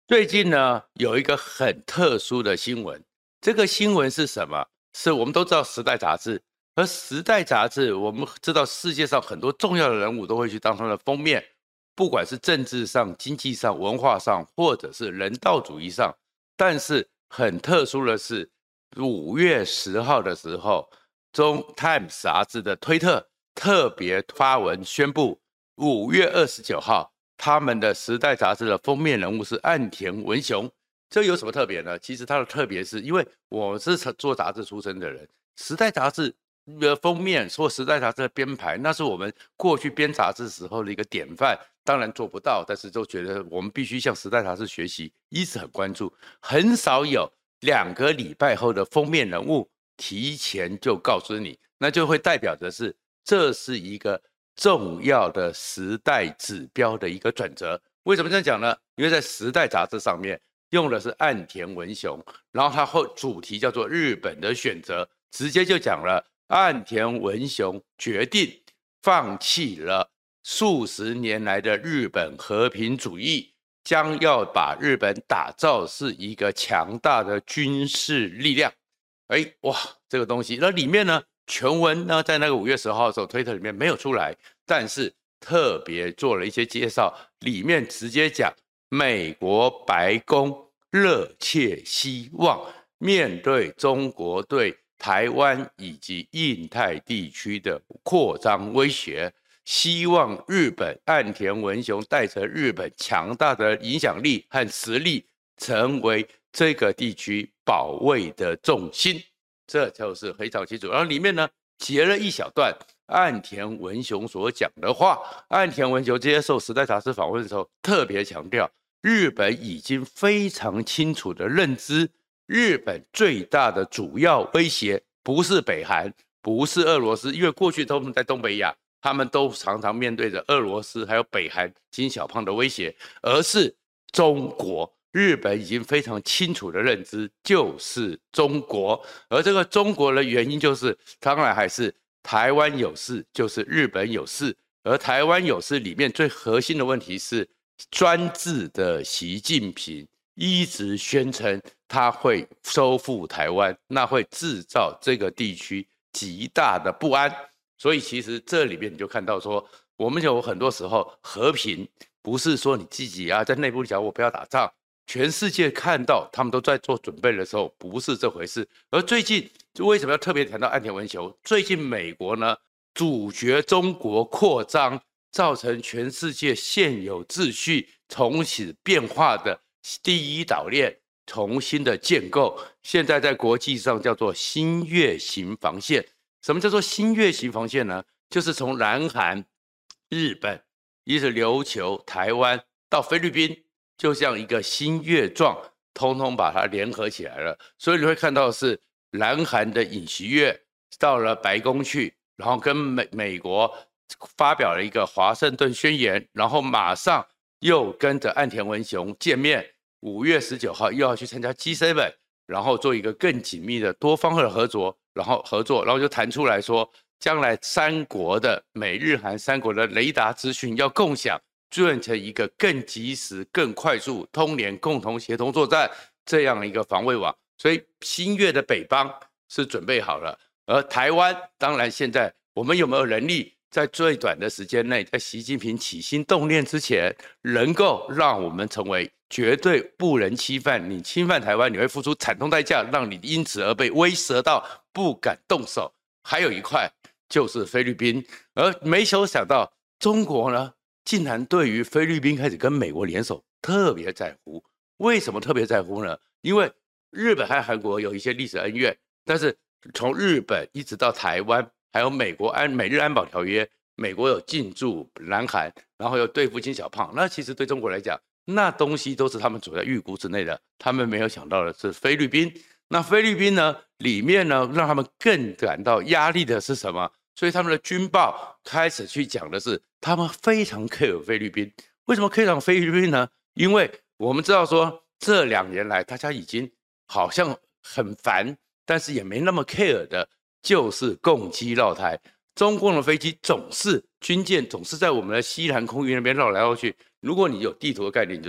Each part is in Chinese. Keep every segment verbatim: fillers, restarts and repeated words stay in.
最近呢，有一个很特殊的新闻，这个新闻是什么？是我们都知道《时代》杂志，而《时代》杂志，我们知道世界上很多重要的人物都会去当它的封面，不管是政治上、经济上、文化上，或者是人道主义上。但是很特殊的是，五月十号的时候，中《Times》杂志的推特特别发文宣布，五月二十九号。他们的《时代》杂志的封面人物是岸田文雄，这有什么特别呢？其实它的特别是因为我是做杂志出身的人，《时代》杂志的封面或《时代》杂志的编排，那是我们过去编杂志时候的一个典范。当然做不到，但是都觉得我们必须向《时代》杂志学习，一直很关注。很少有两个礼拜后的封面人物提前就告诉你，那就会代表的是这是一个重要的时代指标的一个转折。为什么这样讲呢？因为在《时代》杂志上面用的是岸田文雄，然后它后主题叫做日本的选择，直接就讲了岸田文雄决定放弃了数十年来的日本和平主义，将要把日本打造是一个强大的军事力量。哎，哇，这个东西，那里面呢？全文呢，在那个五月十号的时候，推特里面没有出来，但是特别做了一些介绍，里面直接讲美国白宫热切希望面对中国对台湾以及印太地区的扩张威胁，希望日本岸田文雄带着日本强大的影响力和实力，成为这个地区保卫的重心。这就是非常清楚。然后里面呢截了一小段岸田文雄所讲的话。岸田文雄接受《时代》杂志访问的时候特别强调，日本已经非常清楚的认知，日本最大的主要威胁不是北韩，不是俄罗斯，因为过去都在东北亚，他们都常常面对着俄罗斯还有北韩金小胖的威胁，而是中国。日本已经非常清楚的认知，就是中国，而这个中国的原因就是，当然还是台湾有事，就是日本有事，而台湾有事里面最核心的问题是，专制的习近平一直宣称他会收复台湾，那会制造这个地区极大的不安。所以其实这里面你就看到说，我们有很多时候和平不是说你自己啊在内部讲我不要打仗。全世界看到他们都在做准备的时候，不是这回事。而最近就为什么要特别谈到岸田文雄？最近美国呢阻绝中国扩张，造成全世界现有秩序从此变化的第一岛链重新的建构，现在在国际上叫做新月型防线。什么叫做新月型防线呢？就是从南韩、日本一直琉球、台湾到菲律宾。就像一个新月状，通通把它联合起来了。所以你会看到是南韩的尹锡悦到了白宫去，然后跟美美国发表了一个华盛顿宣言，然后马上又跟着岸田文雄见面。五月十九号又要去参加 G 七， 然后做一个更紧密的多方的合作，然后合作，然后就谈出来说，将来三国的美日韩三国的雷达资讯要共享。变成一个更及时、更快速、通联、共同协同作战这样一个防卫网，所以新月的北方是准备好了，而台湾当然现在我们有没有能力在最短的时间内，在习近平起心动念之前，能够让我们成为绝对不能侵犯，你侵犯台湾，你会付出惨痛代价，让你因此而被威慑到不敢动手。还有一块就是菲律宾，而没有想到中国呢？竟然对于菲律宾开始跟美国联手特别在乎。为什么特别在乎呢？因为日本和韩国有一些历史恩怨，但是从日本一直到台湾，还有美国安美日安保条约，美国有进驻南韩，然后又对付金小胖，那其实对中国来讲，那东西都是他们走在预估之内的。他们没有想到的是菲律宾，那菲律宾呢里面呢让他们更感到压力的是什么？所以他们的军报开始去讲的是，他们非常 care 菲律宾。为什么 care 菲律宾呢？因为我们知道说，这两年来大家已经好像很烦，但是也没那么 care 的，就是共机绕台。中共的飞机总是军舰总是在我们的西南空域那边绕来绕去。如果你有地图的概念，你就知道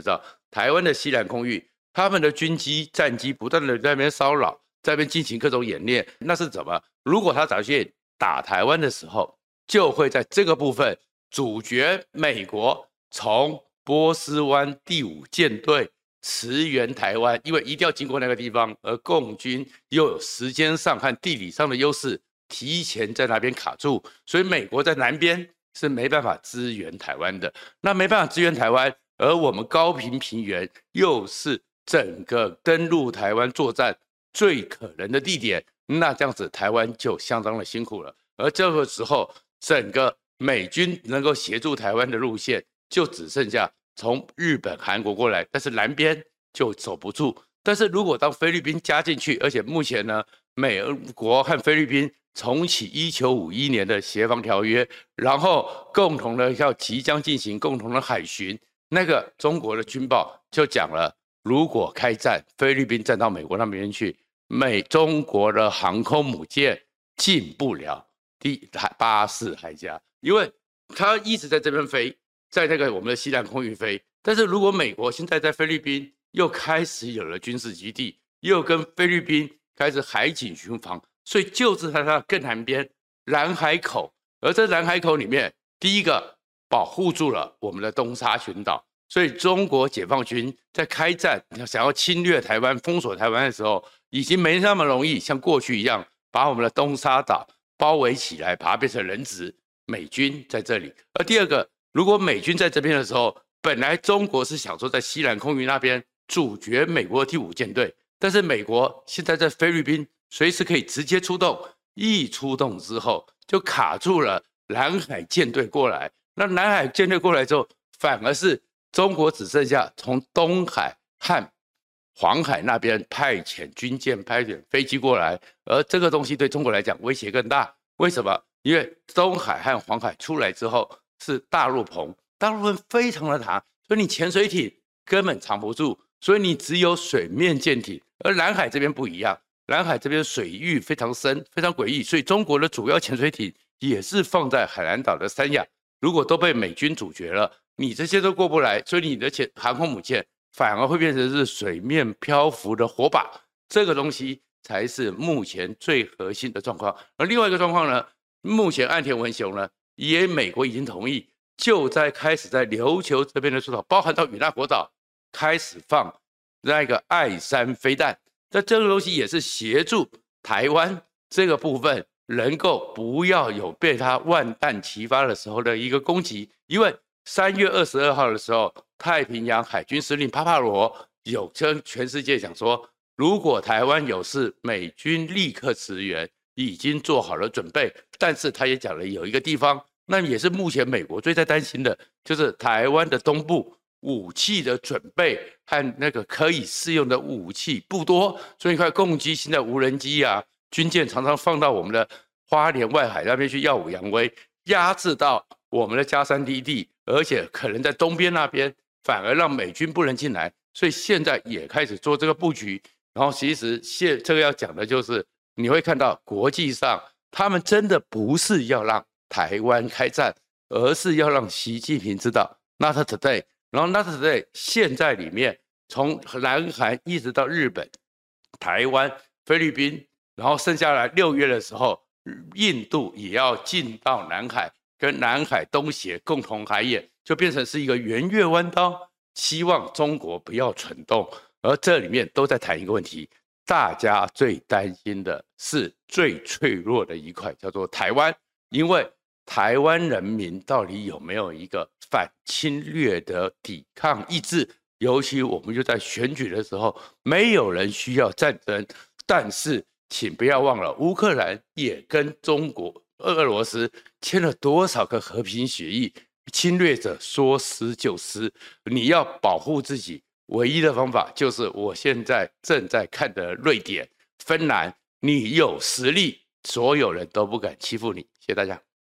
台湾的西南空域，他们的军机、战机不断的在那边骚扰，在那边进行各种演练，那是怎么？如果他早去打台湾的时候，就会在这个部分阻绝美国从波斯湾第五舰队驰援台湾，因为一定要经过那个地方，而共军又有时间上和地理上的优势，提前在那边卡住，所以美国在南边是没办法支援台湾的。那没办法支援台湾，而我们高屏平原又是整个登陆台湾作战最可能的地点，那这样子台湾就相当的辛苦了。而这个时候，整个美军能够协助台湾的路线就只剩下从日本、韩国过来，但是南边就守不住。但是如果当菲律宾加进去，而且目前呢，美国和菲律宾重启一九五一年的协防条约，然后共同的要即将进行共同的海巡，那个中国的军报就讲了，如果开战，菲律宾站到美国那边去，美中国的航空母舰进不了第巴士海峡，因为它一直在这边飞，在那个我们的西南空域飞。但是如果美国现在在菲律宾又开始有了军事基地，又跟菲律宾开始海警巡防，所以就是在它更南边蓝海口，而在蓝海口里面，第一个保护住了我们的东沙群岛，所以中国解放军在开战想要侵略台湾、封锁台湾的时候，已经没那么容易像过去一样把我们的东沙岛包围起来，把它变成人质。美军在这里，而第二个，如果美军在这边的时候，本来中国是想说在西南空域那边阻绝美国的第五舰队，但是美国现在在菲律宾随时可以直接出动，一出动之后就卡住了南海舰队过来。那南海舰队过来之后，反而是中国只剩下从东海和黄海那边派遣军舰、派遣飞机过来，而这个东西对中国来讲威胁更大。为什么？因为东海和黄海出来之后是大陆棚，大陆棚非常的大，所以你潜水艇根本藏不住，所以你只有水面舰艇。而南海这边不一样，南海这边水域非常深，非常诡异，所以中国的主要潜水艇也是放在海南岛的三亚。如果都被美军阻绝了，你这些都过不来，所以你的潜航空母舰反而会变成是水面漂浮的火把，这个东西才是目前最核心的状况。而另外一个状况呢，目前岸田文雄呢，也美国已经同意，就在开始在琉球这边的诸岛，包含到与那国岛，开始放那个爱山飞弹。那这个东西也是协助台湾这个部分能够不要有被他万弹齐发的时候的一个攻击，因为三月二十二号的时候，太平洋海军司令帕帕罗有跟全世界讲说，如果台湾有事，美军立刻驰援，已经做好了准备。但是他也讲了有一个地方，那也是目前美国最在担心的，就是台湾的东部武器的准备和那个可以适用的武器不多，所以你看共机现在无人机啊、军舰常常放到我们的花莲外海那边去耀武扬威，压制到我们的佳山基地，而且可能在东边那边反而让美军不能进来，所以现在也开始做这个布局。然后其实现这个要讲的就是，你会看到国际上他们真的不是要让台湾开战，而是要让习近平知道 not today。然后 not today 现在里面从南韩一直到日本、台湾、菲律宾，然后剩下来六月的时候，印度也要进到南海，跟南海东协共同海演，就变成是一个圆月弯刀，希望中国不要蠢动。而这里面都在谈一个问题，大家最担心的是最脆弱的一块，叫做台湾。因为台湾人民到底有没有一个反侵略的抵抗意志？尤其我们就在选举的时候，没有人需要战争，但是请不要忘了，乌克兰也跟中国、俄罗斯签了多少个和平协议？侵略者说撕就撕，你要保护自己，唯一的方法就是我现在正在看的瑞典、芬兰，你有实力，所有人都不敢欺负你。谢谢大家。